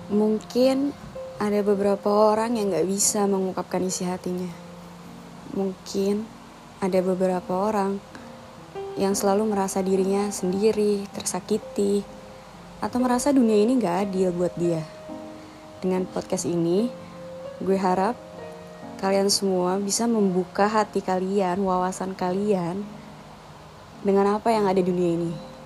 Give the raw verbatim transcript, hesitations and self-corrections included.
Mungkin ada beberapa orang yang gak bisa mengungkapkan isi hatinya. Mungkin ada beberapa orang yang selalu merasa dirinya sendiri, tersakiti, atau merasa dunia ini gak adil buat dia. Dengan podcast ini, gue harap kalian semua bisa membuka hati kalian, wawasan kalian dengan apa yang ada di dunia ini.